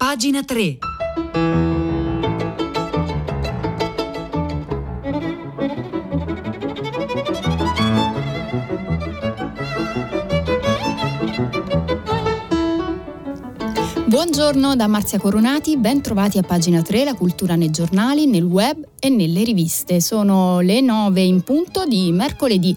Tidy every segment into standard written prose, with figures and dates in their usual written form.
Pagina 3. Buongiorno da Marzia Coronati, ben trovati a Pagina 3, la cultura nei giornali, nel web e nelle riviste. Sono le 9 in punto di mercoledì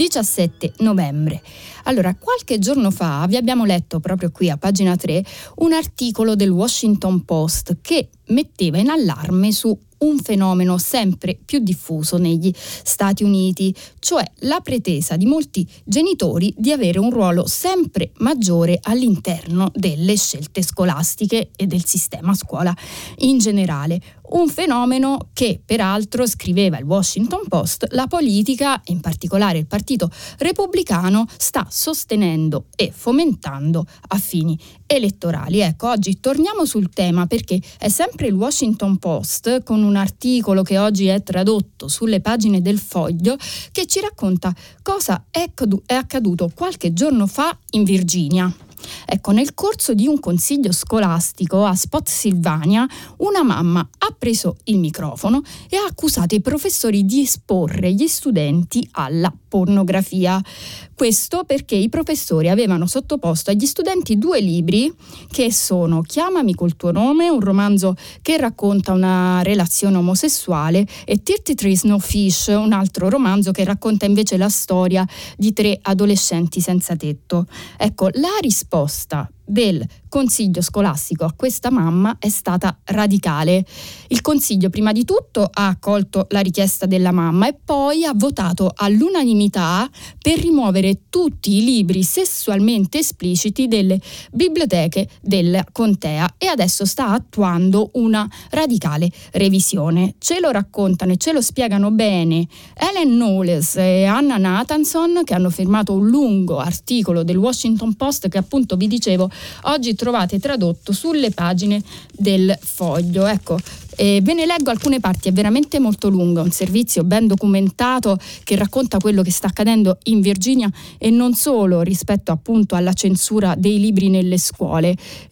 17 novembre. Allora, qualche giorno fa vi abbiamo letto proprio qui a Pagina 3 un articolo del Washington Post che metteva in allarme su un fenomeno sempre più diffuso negli Stati Uniti, cioè la pretesa di molti genitori di avere un ruolo sempre maggiore all'interno delle scelte scolastiche e del sistema scuola in generale. Un fenomeno che, peraltro, scriveva il Washington Post, la politica, in particolare il Partito Repubblicano, sta sostenendo e fomentando a fini elettorali. Ecco, oggi torniamo sul tema perché è sempre il Washington Post, con un articolo che oggi è tradotto sulle pagine del Foglio, che ci racconta cosa è accaduto qualche giorno fa in Virginia. Ecco, nel corso di un consiglio scolastico a Spotsylvania, una mamma ha preso il microfono e ha accusato i professori di esporre gli studenti alla pornografia. Questo perché i professori avevano sottoposto agli studenti 2 libri che sono Chiamami col tuo nome, un romanzo che racconta una relazione omosessuale, e 33 Snowfish, un altro romanzo che racconta invece la storia di 3 adolescenti senza tetto. Ecco, la risposta del consiglio scolastico a questa mamma è stata radicale. Il consiglio prima di tutto ha accolto la richiesta della mamma e poi ha votato all'unanimità per rimuovere tutti i libri sessualmente espliciti delle biblioteche della contea e adesso sta attuando una radicale revisione. Ce lo raccontano e ce lo spiegano bene Ellen Knowles e Anna Nathanson, che hanno firmato un lungo articolo del Washington Post che appunto vi dicevo oggi trovate tradotto sulle pagine del Foglio. Ecco, ve ne leggo alcune parti, è veramente molto lungo, un servizio ben documentato che racconta quello che sta accadendo in Virginia e non solo rispetto appunto alla censura dei libri nelle scuole.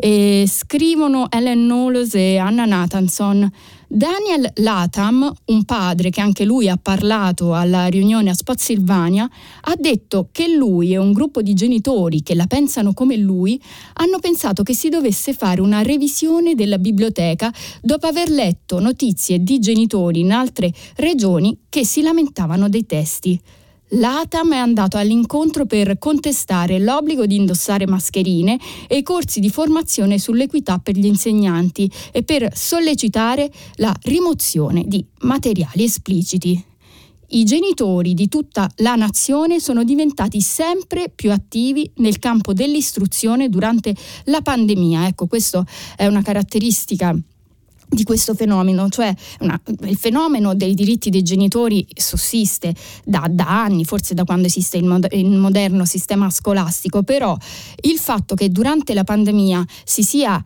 Scrivono Ellen Knowles e Anna Nathanson. Daniel Latham, un padre che anche lui ha parlato alla riunione a Spotsylvania, ha detto che lui e un gruppo di genitori che la pensano come lui hanno pensato che si dovesse fare una revisione della biblioteca dopo aver letto notizie di genitori in altre regioni che si lamentavano dei testi. Latham è andato all'incontro per contestare l'obbligo di indossare mascherine e i corsi di formazione sull'equità per gli insegnanti e per sollecitare la rimozione di materiali espliciti. I genitori di tutta la nazione sono diventati sempre più attivi nel campo dell'istruzione durante la pandemia. Ecco, questa è una caratteristica di questo fenomeno, cioè il fenomeno dei diritti dei genitori sussiste da anni, forse da quando esiste il moderno sistema scolastico, però il fatto che durante la pandemia si sia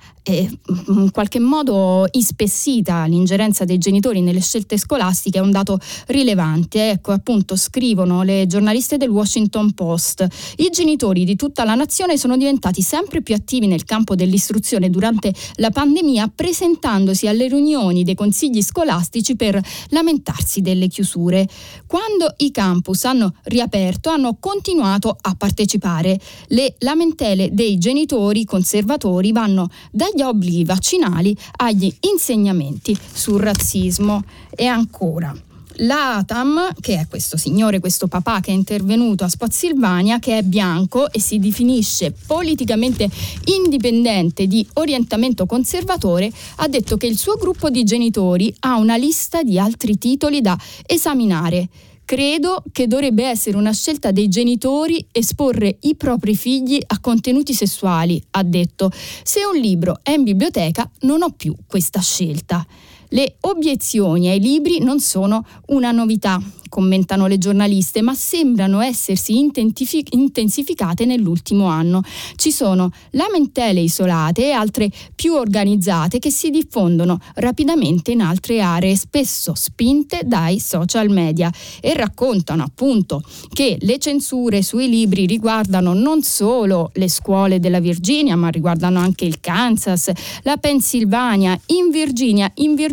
in qualche modo ispessita l'ingerenza dei genitori nelle scelte scolastiche è un dato rilevante. Ecco, appunto, scrivono le giornaliste del Washington Post: i genitori di tutta la nazione sono diventati sempre più attivi nel campo dell'istruzione durante la pandemia, presentandosi alle riunioni dei consigli scolastici per lamentarsi delle chiusure. Quando i campus hanno riaperto, hanno continuato a partecipare. Le lamentele dei genitori conservatori vanno dagli obblighi vaccinali agli insegnamenti sul razzismo. E ancora, Latham, che è questo signore, questo papà che è intervenuto a Spotsylvania, che è bianco e si definisce politicamente indipendente di orientamento conservatore, ha detto che il suo gruppo di genitori ha una lista di altri titoli da esaminare. Credo che dovrebbe essere una scelta dei genitori esporre i propri figli a contenuti sessuali, ha detto. Se un libro è in biblioteca, non ho più questa scelta. Le obiezioni ai libri non sono una novità. commentano le giornaliste, ma sembrano essersi intensificate nell'ultimo anno. Ci sono lamentele isolate e altre più organizzate che si diffondono rapidamente in altre aree, spesso spinte dai social media, e raccontano appunto che le censure sui libri riguardano non solo le scuole della Virginia, ma riguardano anche il Kansas, la Pennsylvania. In Virginia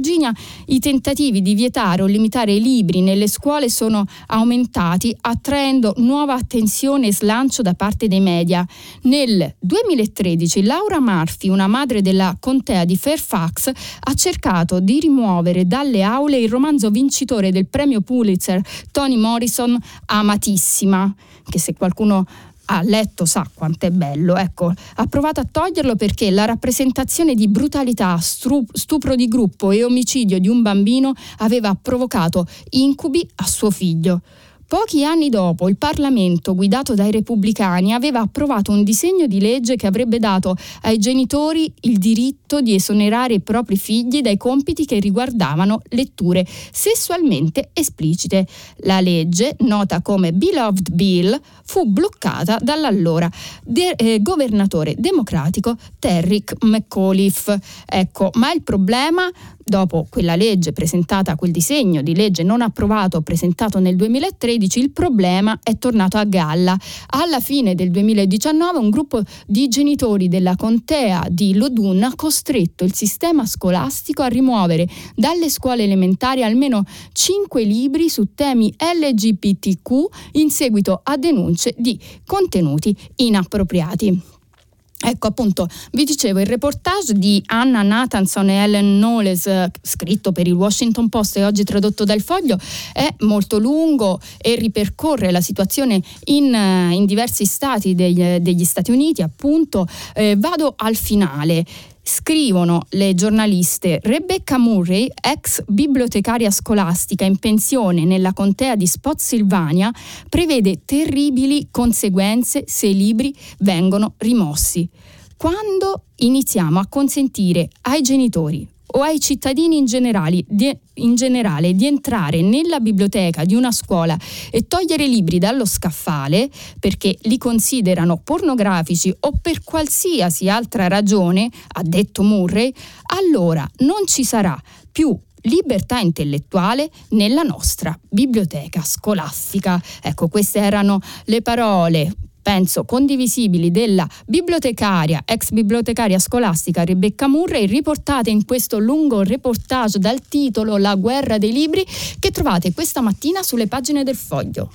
i tentativi di vietare o limitare i libri nelle scuole sono aumentati, attraendo nuova attenzione e slancio da parte dei media. Nel 2013 Laura Murphy, una madre della contea di Fairfax, ha cercato di rimuovere dalle aule il romanzo vincitore del premio Pulitzer Toni Morrison, Amatissima, che se qualcuno ha letto sa quanto è bello. Ecco, ha provato a toglierlo perché la rappresentazione di brutalità, stupro di gruppo e omicidio di un bambino aveva provocato incubi a suo figlio. Pochi anni dopo, il Parlamento, guidato dai repubblicani, aveva approvato un disegno di legge che avrebbe dato ai genitori il diritto di esonerare i propri figli dai compiti che riguardavano letture sessualmente esplicite. La legge, nota come Beloved Bill, fu bloccata dall'allora governatore democratico Terry McAuliffe. Ecco, ma il problema, dopo quella legge presentata, quel disegno di legge non approvato presentato nel 2013, il problema è tornato a galla. Alla fine del 2019 un gruppo di genitori della contea di Loudoun ha costretto il sistema scolastico a rimuovere dalle scuole elementari almeno 5 libri su temi LGBTQ in seguito a denunce di contenuti inappropriati. Ecco, appunto, vi dicevo, il reportage di Anna Nathanson e Ellen Knowles, scritto per il Washington Post e oggi tradotto dal Foglio, è molto lungo e ripercorre la situazione in diversi stati degli Stati Uniti, appunto. Vado al finale. Scrivono le giornaliste: Rebecca Murray, ex bibliotecaria scolastica in pensione nella contea di Spotsylvania, prevede terribili conseguenze se i libri vengono rimossi. Quando iniziamo a consentire ai genitori o ai cittadini in generale di entrare nella biblioteca di una scuola e togliere libri dallo scaffale perché li considerano pornografici o per qualsiasi altra ragione, ha detto Murray, allora non ci sarà più libertà intellettuale nella nostra biblioteca scolastica. Ecco, queste erano le parole, penso condivisibili, della ex bibliotecaria scolastica Rebecca Murray, riportate in questo lungo reportage dal titolo La guerra dei libri, che trovate questa mattina sulle pagine del Foglio.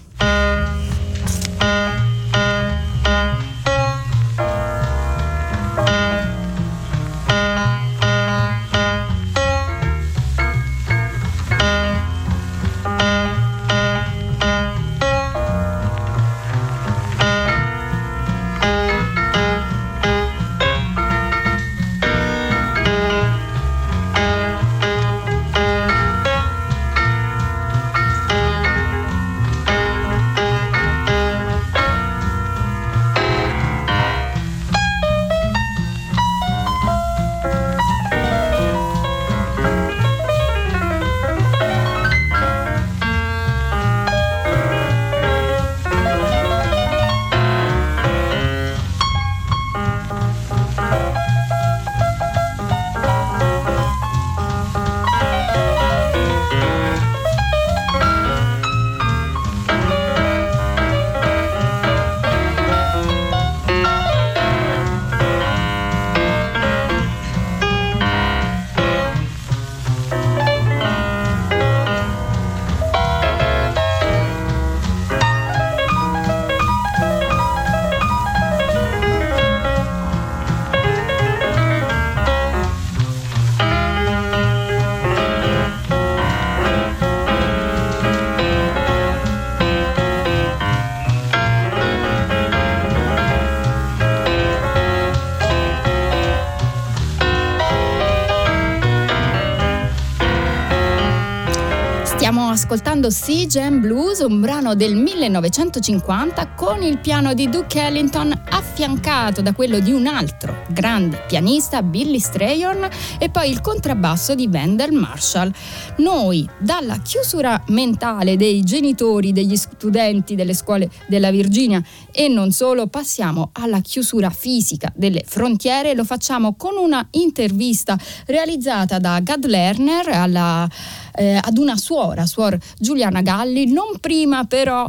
Stiamo ascoltando Sea Jam Blues, un brano del 1950 con il piano di Duke Ellington affiancato da quello di un altro grande pianista, Billy Strayhorn, e poi il contrabbasso di Wendell Marshall. Noi, dalla chiusura mentale dei genitori, degli studenti delle scuole della Virginia e non solo, passiamo alla chiusura fisica delle frontiere. Lo facciamo con una intervista realizzata da Gad Lerner ad una suor Giuliana Galli, non prima però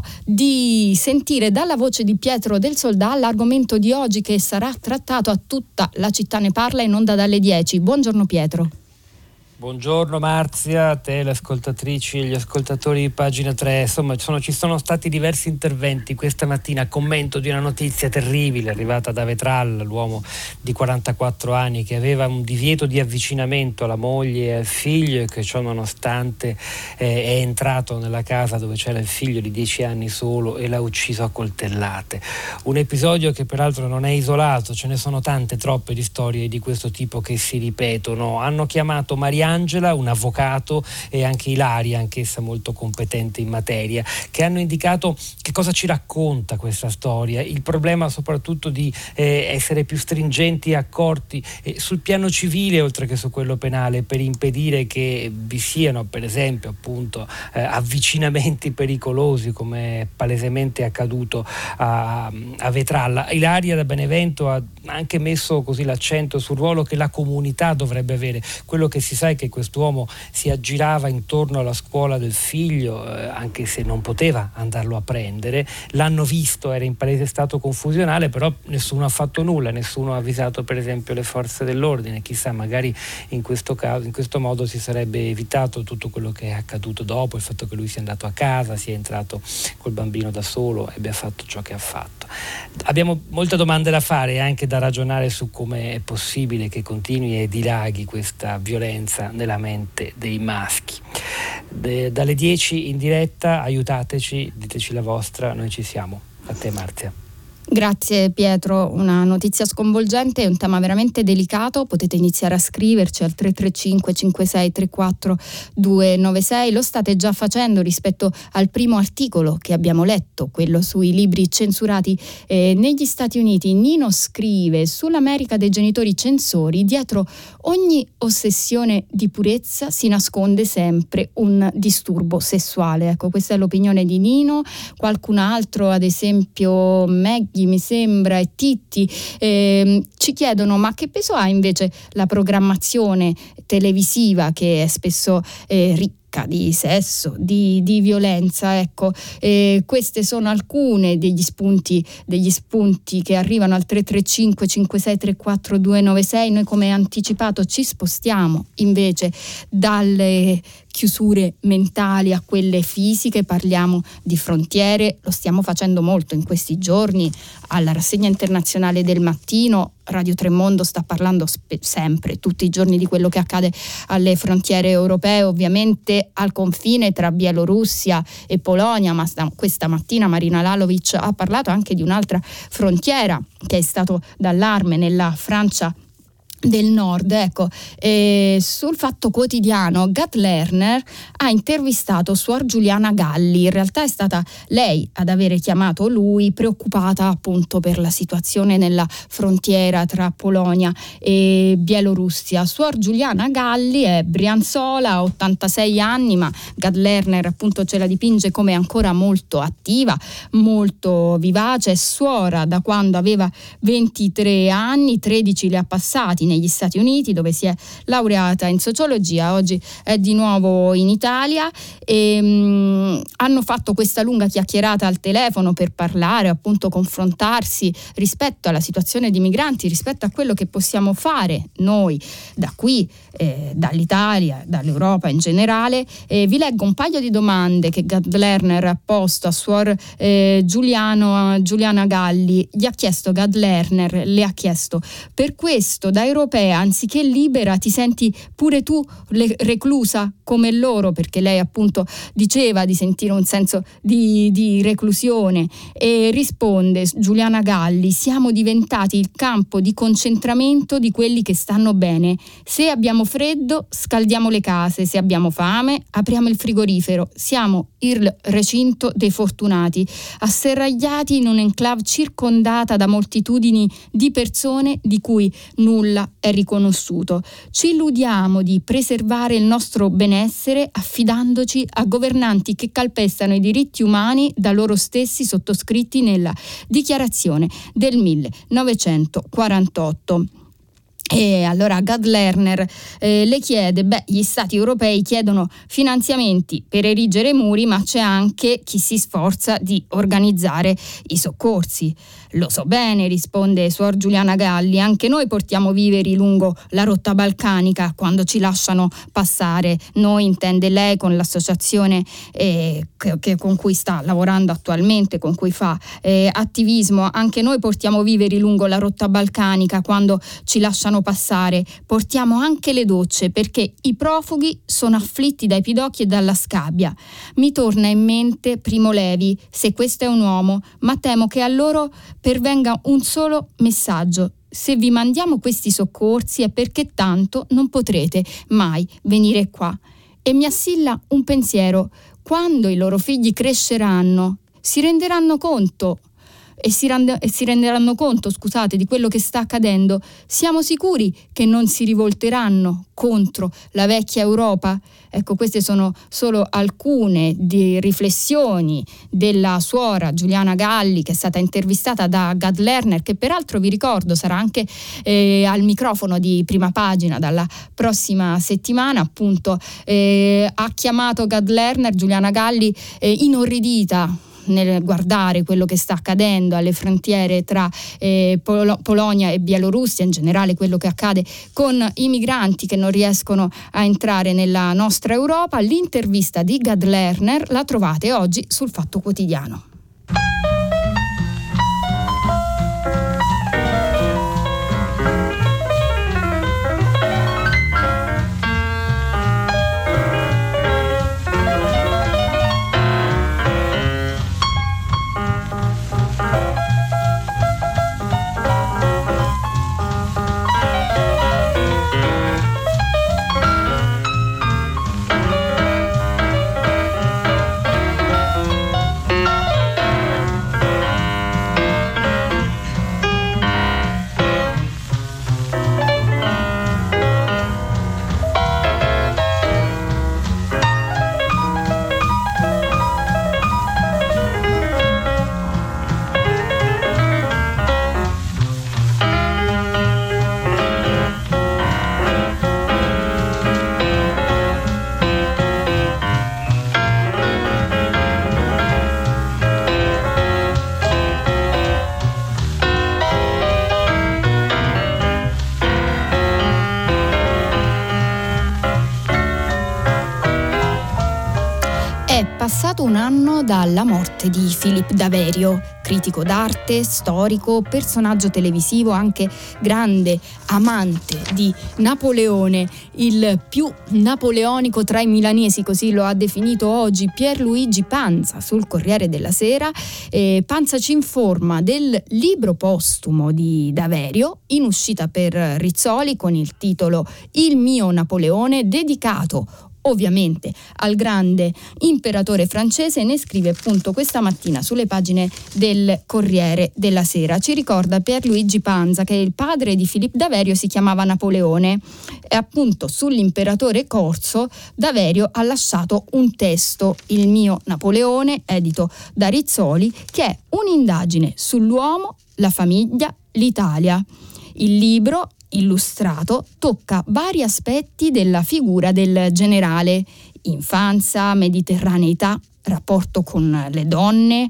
di sentire dalla voce di Pietro del Soldà l'argomento di oggi, che sarà trattato a Tutta la città ne parla, in onda dalle 10. Buongiorno Pietro. Buongiorno Marzia, a te, le ascoltatrici e gli ascoltatori di Pagina 3. Insomma, ci sono stati diversi interventi questa mattina a commento di una notizia terribile arrivata da Vetral, l'uomo di 44 anni che aveva un divieto di avvicinamento alla moglie e al figlio e che ciò nonostante è entrato nella casa dove c'era il figlio di 10 anni solo e l'ha ucciso a coltellate. Un episodio che peraltro non è isolato, ce ne sono tante, troppe di storie di questo tipo che si ripetono. Hanno chiamato Mariangela, un avvocato, e anche Ilaria, anch'essa molto competente in materia, che hanno indicato che cosa ci racconta questa storia, il problema soprattutto di essere più stringenti e accorti sul piano civile oltre che su quello penale, per impedire che vi siano per esempio appunto avvicinamenti pericolosi, come è palesemente accaduto a Vetralla. Ilaria da Benevento ha anche messo così l'accento sul ruolo che la comunità dovrebbe avere. Quello che si sa è che quest'uomo si aggirava intorno alla scuola del figlio, anche se non poteva andarlo a prendere. L'hanno visto, era in palese stato confusionale, però nessuno ha fatto nulla, nessuno ha avvisato per esempio le forze dell'ordine. Chissà, magari in questo caso, in questo modo si sarebbe evitato tutto quello che è accaduto dopo, il fatto che lui sia andato a casa, sia entrato col bambino da solo e abbia fatto ciò che ha fatto. Abbiamo molte domande da fare e anche da ragionare su come è possibile che continui e dilaghi questa violenza nella mente dei maschi. Dalle 10 in diretta, aiutateci, diteci la vostra, noi ci siamo. A te Marzia. Grazie Pietro, una notizia sconvolgente, è un tema veramente delicato. Potete iniziare a scriverci al 335 56 34 296. Lo state già facendo rispetto al primo articolo che abbiamo letto, quello sui libri censurati negli Stati Uniti. Nino scrive: sull'America dei genitori censori, dietro ogni ossessione di purezza si nasconde sempre un disturbo sessuale. Ecco, questa è l'opinione di Nino. Qualcun altro, ad esempio Maggie, mi sembra, e Titti, ci chiedono: ma che peso ha invece la programmazione televisiva, che è spesso ricca di sesso, di violenza? Ecco, queste sono alcune degli spunti che arrivano al 335 56 34 296. Noi, come anticipato, ci spostiamo invece dalle chiusure mentali a quelle fisiche, parliamo di frontiere, lo stiamo facendo molto in questi giorni. Alla rassegna internazionale del mattino Radio Tremondo sta parlando sempre, tutti i giorni, di quello che accade alle frontiere europee, ovviamente al confine tra Bielorussia e Polonia, ma questa mattina Marina Lalovic ha parlato anche di un'altra frontiera che è stato d'allarme nella Francia del Nord. Ecco, sul Fatto Quotidiano Gad Lerner ha intervistato suor Giuliana Galli. In realtà è stata lei ad avere chiamato lui, preoccupata appunto per la situazione nella frontiera tra Polonia e Bielorussia. Suor Giuliana Galli è brianzola, ha 86 anni, ma Gad Lerner appunto ce la dipinge come ancora molto attiva, molto vivace. È suora da quando aveva 23 anni, 13 li ha passati negli Stati Uniti, dove si è laureata in sociologia. Oggi è di nuovo in Italia e hanno fatto questa lunga chiacchierata al telefono per parlare, appunto confrontarsi rispetto alla situazione di migranti, rispetto a quello che possiamo fare noi da qui, dall'Italia, dall'Europa in generale. Vi leggo un paio di domande che Gad Lerner ha posto a suor Giuliana Galli. Gad Lerner le ha chiesto: per questo da Europa europea anziché libera ti senti pure tu reclusa come loro, perché lei appunto diceva di sentire un senso di reclusione, e risponde Giuliana Galli: siamo diventati il campo di concentramento di quelli che stanno bene. Se abbiamo freddo scaldiamo le case, se abbiamo fame apriamo il frigorifero, siamo il recinto dei fortunati, asserragliati in un'enclave circondata da moltitudini di persone di cui nulla è riconosciuto. Ci illudiamo di preservare il nostro benessere affidandoci a governanti che calpestano i diritti umani da loro stessi sottoscritti nella Dichiarazione del 1948. E allora Gad Lerner le chiede, gli stati europei chiedono finanziamenti per erigere muri, ma c'è anche chi si sforza di organizzare i soccorsi. Lo so bene, risponde Suor Giuliana Galli, anche noi portiamo viveri lungo la rotta balcanica quando ci lasciano passare. Noi, intende lei, con l'associazione con cui sta lavorando attualmente, con cui fa attivismo, anche noi portiamo viveri lungo la rotta balcanica quando ci lasciano passare. Portiamo anche le docce perché i profughi sono afflitti dai pidocchi e dalla scabbia. Mi torna in mente Primo Levi, se questo è un uomo, ma temo che a loro pervenga un solo messaggio: se vi mandiamo questi soccorsi è perché tanto non potrete mai venire qua. E mi assilla un pensiero: quando i loro figli cresceranno si renderanno conto di quello che sta accadendo. Siamo sicuri che non si rivolteranno contro la vecchia Europa? Ecco, queste sono solo alcune di riflessioni della suora Giuliana Galli, che è stata intervistata da Gad Lerner, che peraltro vi ricordo sarà anche al microfono di Prima Pagina dalla prossima settimana. Appunto ha chiamato Gad Lerner, Giuliana Galli, inorridita nel guardare quello che sta accadendo alle frontiere tra Polonia e Bielorussia, in generale quello che accade con i migranti che non riescono a entrare nella nostra Europa. L'intervista di Gad Lerner la trovate oggi sul Fatto Quotidiano. Passato un anno dalla morte di Philippe Daverio, critico d'arte, storico, personaggio televisivo, anche grande amante di Napoleone, il più napoleonico tra i milanesi, così lo ha definito oggi Pierluigi Panza sul Corriere della Sera. Panza ci informa del libro postumo di Daverio, in uscita per Rizzoli, con il titolo Il mio Napoleone, dedicato ovviamente al grande imperatore francese. Ne scrive appunto questa mattina sulle pagine del Corriere della Sera. Ci ricorda Pierluigi Panza che il padre di Philippe Daverio si chiamava Napoleone, e appunto sull'imperatore corso Daverio ha lasciato un testo, Il mio Napoleone, edito da Rizzoli, che è un'indagine sull'uomo, la famiglia, l'Italia. Il libro illustrato tocca vari aspetti della figura del generale: infanzia, mediterraneità, rapporto con le donne,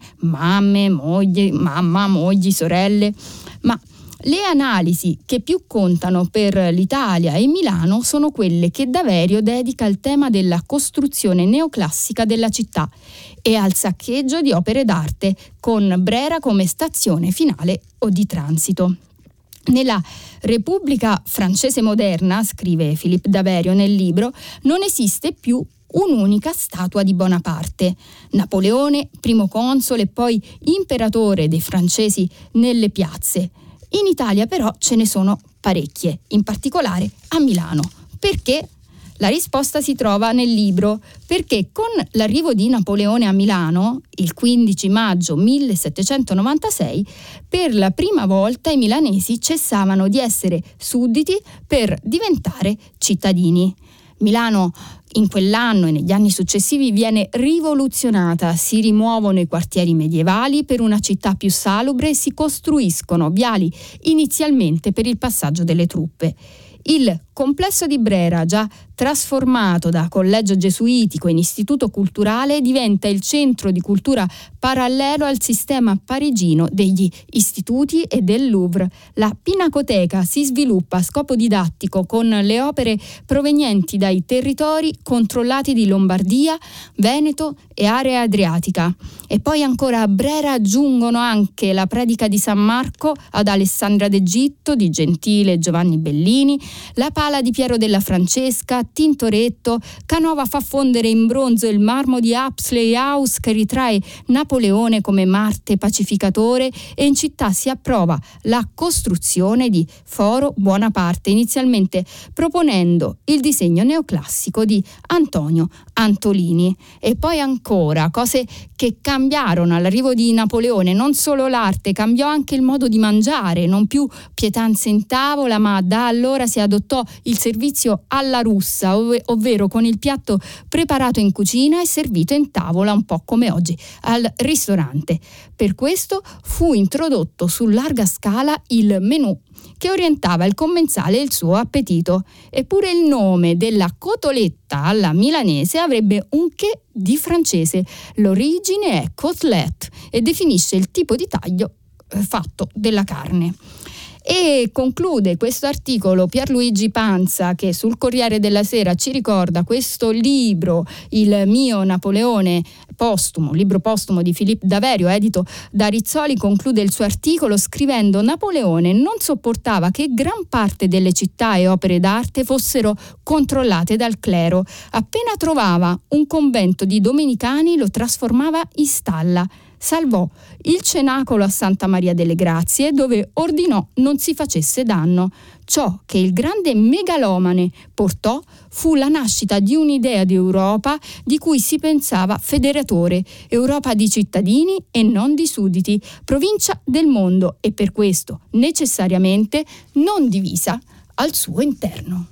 mogli, sorelle. Ma le analisi che più contano per l'Italia e Milano sono quelle che Daverio dedica al tema della costruzione neoclassica della città e al saccheggio di opere d'arte, con Brera come stazione finale o di transito. Nella Repubblica francese moderna, scrive Philippe Daverio nel libro, non esiste più un'unica statua di Bonaparte. Napoleone, primo console e poi imperatore dei francesi nelle piazze. In Italia però ce ne sono parecchie, in particolare a Milano. Perché? La risposta si trova nel libro, perché con l'arrivo di Napoleone a Milano, il 15 maggio 1796, per la prima volta i milanesi cessavano di essere sudditi per diventare cittadini. Milano in quell'anno e negli anni successivi viene rivoluzionata, si rimuovono i quartieri medievali per una città più salubre e si costruiscono viali inizialmente per il passaggio delle truppe. Il complesso di Brera, già trasformato da collegio gesuitico in istituto culturale, diventa il centro di cultura parallelo al sistema parigino degli istituti e del Louvre. La Pinacoteca si sviluppa a scopo didattico con le opere provenienti dai territori controllati di Lombardia, Veneto e area adriatica. E poi ancora a Brera aggiungono anche la predica di San Marco ad Alessandria d'Egitto di Gentile e Giovanni Bellini, la pala di Piero della Francesca, Tintoretto. Canova fa fondere in bronzo il marmo di Apsley House che ritrae Napoleone come Marte pacificatore, e in città si approva la costruzione di Foro Buonaparte, inizialmente proponendo il disegno neoclassico di Antonio Antolini. E poi ancora cose che cambiarono all'arrivo di Napoleone: non solo l'arte, cambiò anche il modo di mangiare, non più pietanze in tavola, ma da allora si adottò il servizio alla russa, ovvero con il piatto preparato in cucina e servito in tavola, un po' come oggi al ristorante. Per questo fu introdotto su larga scala il menù che orientava il commensale e il suo appetito. Eppure il nome della cotoletta alla milanese avrebbe un che di francese. L'origine è côtelette e definisce il tipo di taglio fatto della carne. E conclude questo articolo Pierluigi Panza, che sul Corriere della Sera ci ricorda questo libro, Il mio Napoleone postumo, libro postumo di Philippe Daverio, edito da Rizzoli. Conclude il suo articolo scrivendo: Napoleone non sopportava che gran parte delle città e opere d'arte fossero controllate dal clero. Appena trovava un convento di domenicani lo trasformava in stalla. Salvò il cenacolo a Santa Maria delle Grazie, dove ordinò non si facesse danno. Ciò che il grande megalomane portò fu la nascita di un'idea di Europa di cui si pensava federatore, Europa di cittadini e non di sudditi, provincia del mondo, e per questo necessariamente non divisa al suo interno.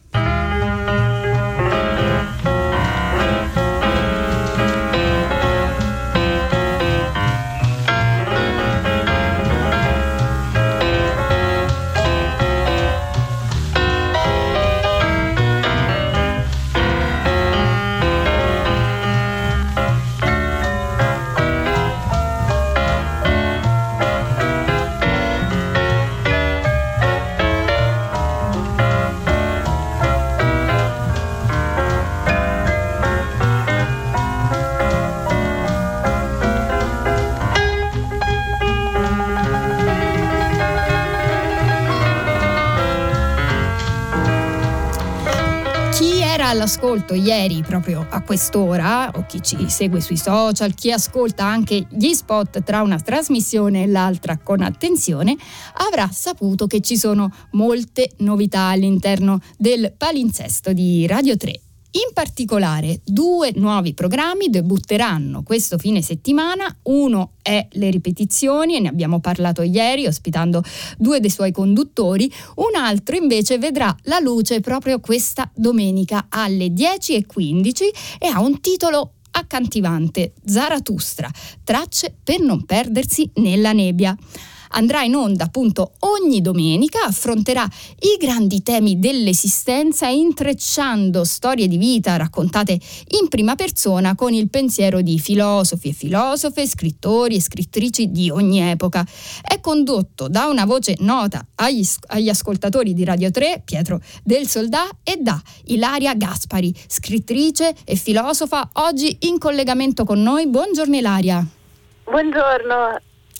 All'ascolto ieri proprio a quest'ora, o chi ci segue sui social, chi ascolta anche gli spot tra una trasmissione e l'altra con attenzione, avrà saputo che ci sono molte novità all'interno del palinsesto di Radio 3. In particolare 2 nuovi programmi debutteranno questo fine settimana. Uno è Le Ripetizioni, e ne abbiamo parlato ieri ospitando 2 dei suoi conduttori. Un altro invece vedrà la luce proprio questa domenica alle 10:15 e ha un titolo accattivante: Zarathustra, tracce per non perdersi nella nebbia. Andrà in onda appunto ogni domenica, affronterà i grandi temi dell'esistenza intrecciando storie di vita raccontate in prima persona con il pensiero di filosofi e filosofe, scrittori e scrittrici di ogni epoca. È condotto da una voce nota agli ascoltatori di Radio 3, Pietro del Soldà, e da Ilaria Gaspari, scrittrice e filosofa, oggi in collegamento con noi. Buongiorno Ilaria. Buongiorno.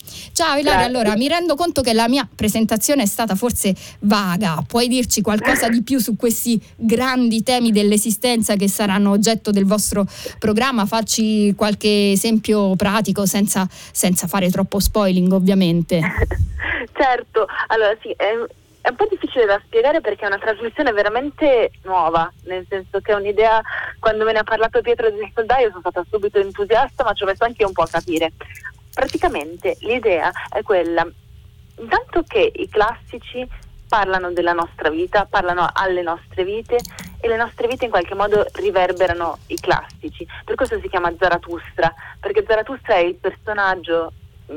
Ciao Ilaria, allora mi rendo conto che la mia presentazione è stata forse vaga, puoi dirci qualcosa di più su questi grandi temi dell'esistenza che saranno oggetto del vostro programma? Facci qualche esempio pratico senza fare troppo spoiling, ovviamente. Certo, allora sì, è un po' difficile da spiegare perché è una trasmissione veramente nuova, nel senso che è un'idea, quando me ne ha parlato Pietro del Soldaio sono stata subito entusiasta, ma ci ho messo anche un po' a capire. Praticamente l'idea è quella, intanto che i classici parlano della nostra vita, parlano alle nostre vite e le nostre vite in qualche modo riverberano i classici. Per questo si chiama Zarathustra, perché Zarathustra è il personaggio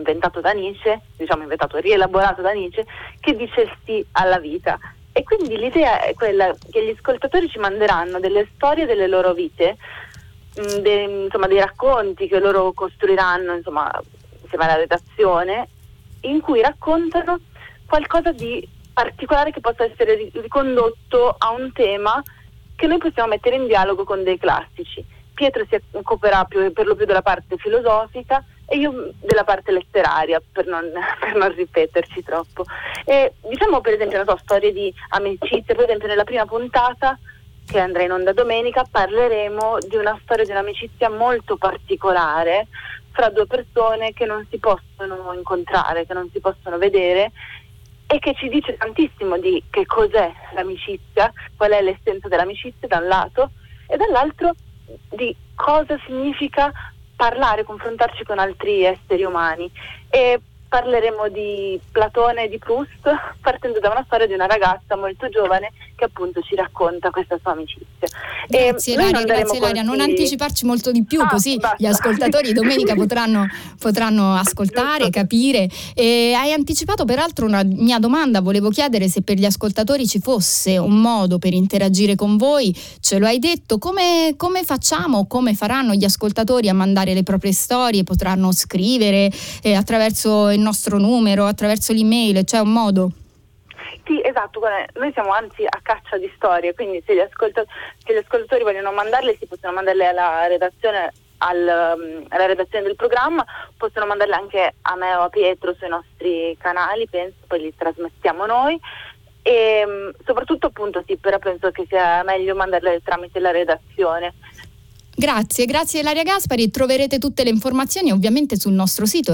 rielaborato da Nietzsche, che dice sì alla vita. E quindi l'idea è quella che gli ascoltatori ci manderanno delle storie delle loro vite, dei racconti che loro costruiranno, insieme alla redazione, in cui raccontano qualcosa di particolare che possa essere ricondotto a un tema che noi possiamo mettere in dialogo con dei classici. Pietro si occuperà per lo più della parte filosofica e io della parte letteraria, per non ripeterci troppo. E diciamo, per esempio, storie di amicizia. Per esempio, nella prima puntata, che andrà in onda domenica, parleremo di una storia di un'amicizia molto particolare fra due persone che non si possono incontrare, che non si possono vedere, e che ci dice tantissimo di che cos'è l'amicizia, qual è l'essenza dell'amicizia da un lato, e dall'altro di cosa significa parlare, confrontarci con altri esseri umani. E parleremo di Platone e di Proust, partendo da una storia di una ragazza molto giovane che appunto ci racconta questa sua amicizia. Grazie Ilaria, non anticiparci molto di più, così basta. Gli ascoltatori domenica potranno ascoltare, capire. E hai anticipato peraltro una mia domanda, volevo chiedere se per gli ascoltatori ci fosse un modo per interagire con voi, ce lo hai detto, come facciamo, come faranno gli ascoltatori a mandare le proprie storie? Potranno scrivere attraverso il nostro numero, attraverso l'email, c'è un modo? Sì, esatto, noi siamo anzi a caccia di storie, quindi se gli ascoltatori vogliono mandarle, si possono mandarle alla redazione, alla redazione del programma, possono mandarle anche a me o a Pietro sui nostri canali, penso, poi li trasmettiamo noi, e soprattutto appunto sì, però penso che sia meglio mandarle tramite la redazione. Grazie Ilaria Gaspari, troverete tutte le informazioni ovviamente sul nostro sito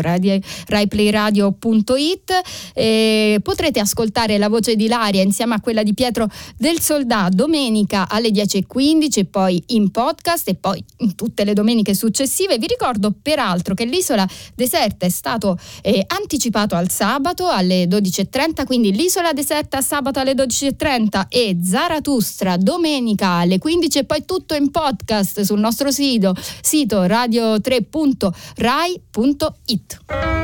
raiplayradio.it. Potrete ascoltare la voce di Ilaria insieme a quella di Pietro del Soldà domenica alle 10:15 e poi in podcast e poi in tutte le domeniche successive. Vi ricordo peraltro che l'Isola Deserta è stato anticipato al sabato alle 12:30, quindi l'Isola Deserta sabato alle 12:30 e Zarathustra domenica alle 15 e poi tutto in podcast sul nostro sito radio3.rai.it.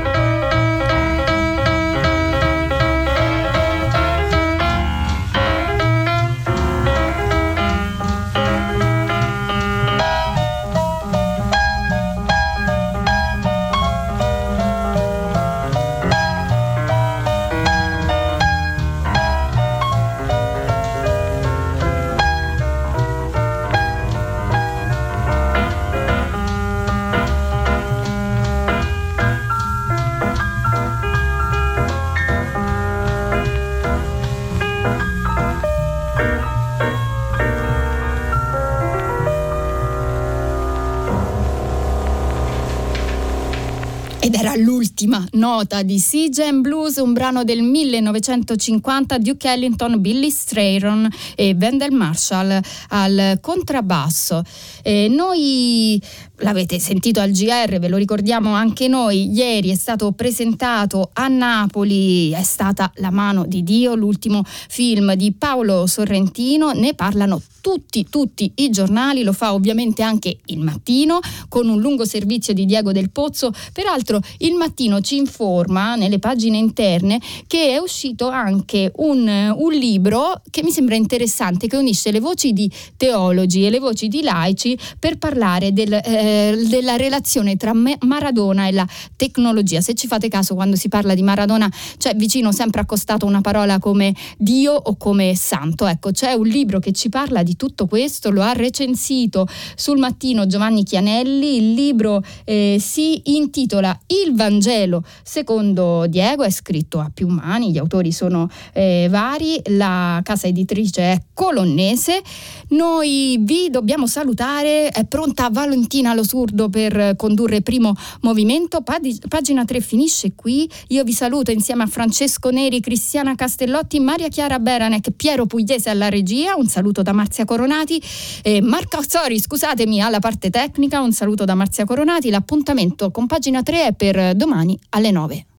Ed era l'ultima nota di Siege and Blues, un brano del 1950, Duke Ellington, Billy Strayhorn e Wendell Marshall al contrabbasso. Noi l'avete sentito al GR, ve lo ricordiamo anche noi, ieri è stato presentato a Napoli, è stata La mano di Dio, l'ultimo film di Paolo Sorrentino, ne parlano tutti i giornali, lo fa ovviamente anche Il Mattino con un lungo servizio di Diego Del Pozzo. Peraltro Il Mattino ci informa nelle pagine interne che è uscito anche un libro che mi sembra interessante, che unisce le voci di teologi e le voci di laici per parlare della relazione tra Maradona e la tecnologia. Se ci fate caso, quando si parla di Maradona c'è vicino sempre accostato una parola come Dio o come santo. Ecco, c'è un libro che ci parla di di tutto questo lo ha recensito sul Mattino Giovanni Chianelli. Il libro si intitola Il Vangelo secondo Diego, è scritto a più mani, gli autori sono vari, la casa editrice è Colonnese. Noi vi dobbiamo salutare, è pronta Valentina Lo Surdo per condurre Primo Movimento. Pagina 3 finisce qui, io vi saluto insieme a Francesco Neri, Cristiana Castellotti, Maria Chiara Beranec, Piero Pugliese alla regia, un saluto da Marzia Coronati, Marco Azzori, scusatemi, alla parte tecnica, un saluto da Marzia Coronati. L'appuntamento con Pagina 3 è per domani alle 9.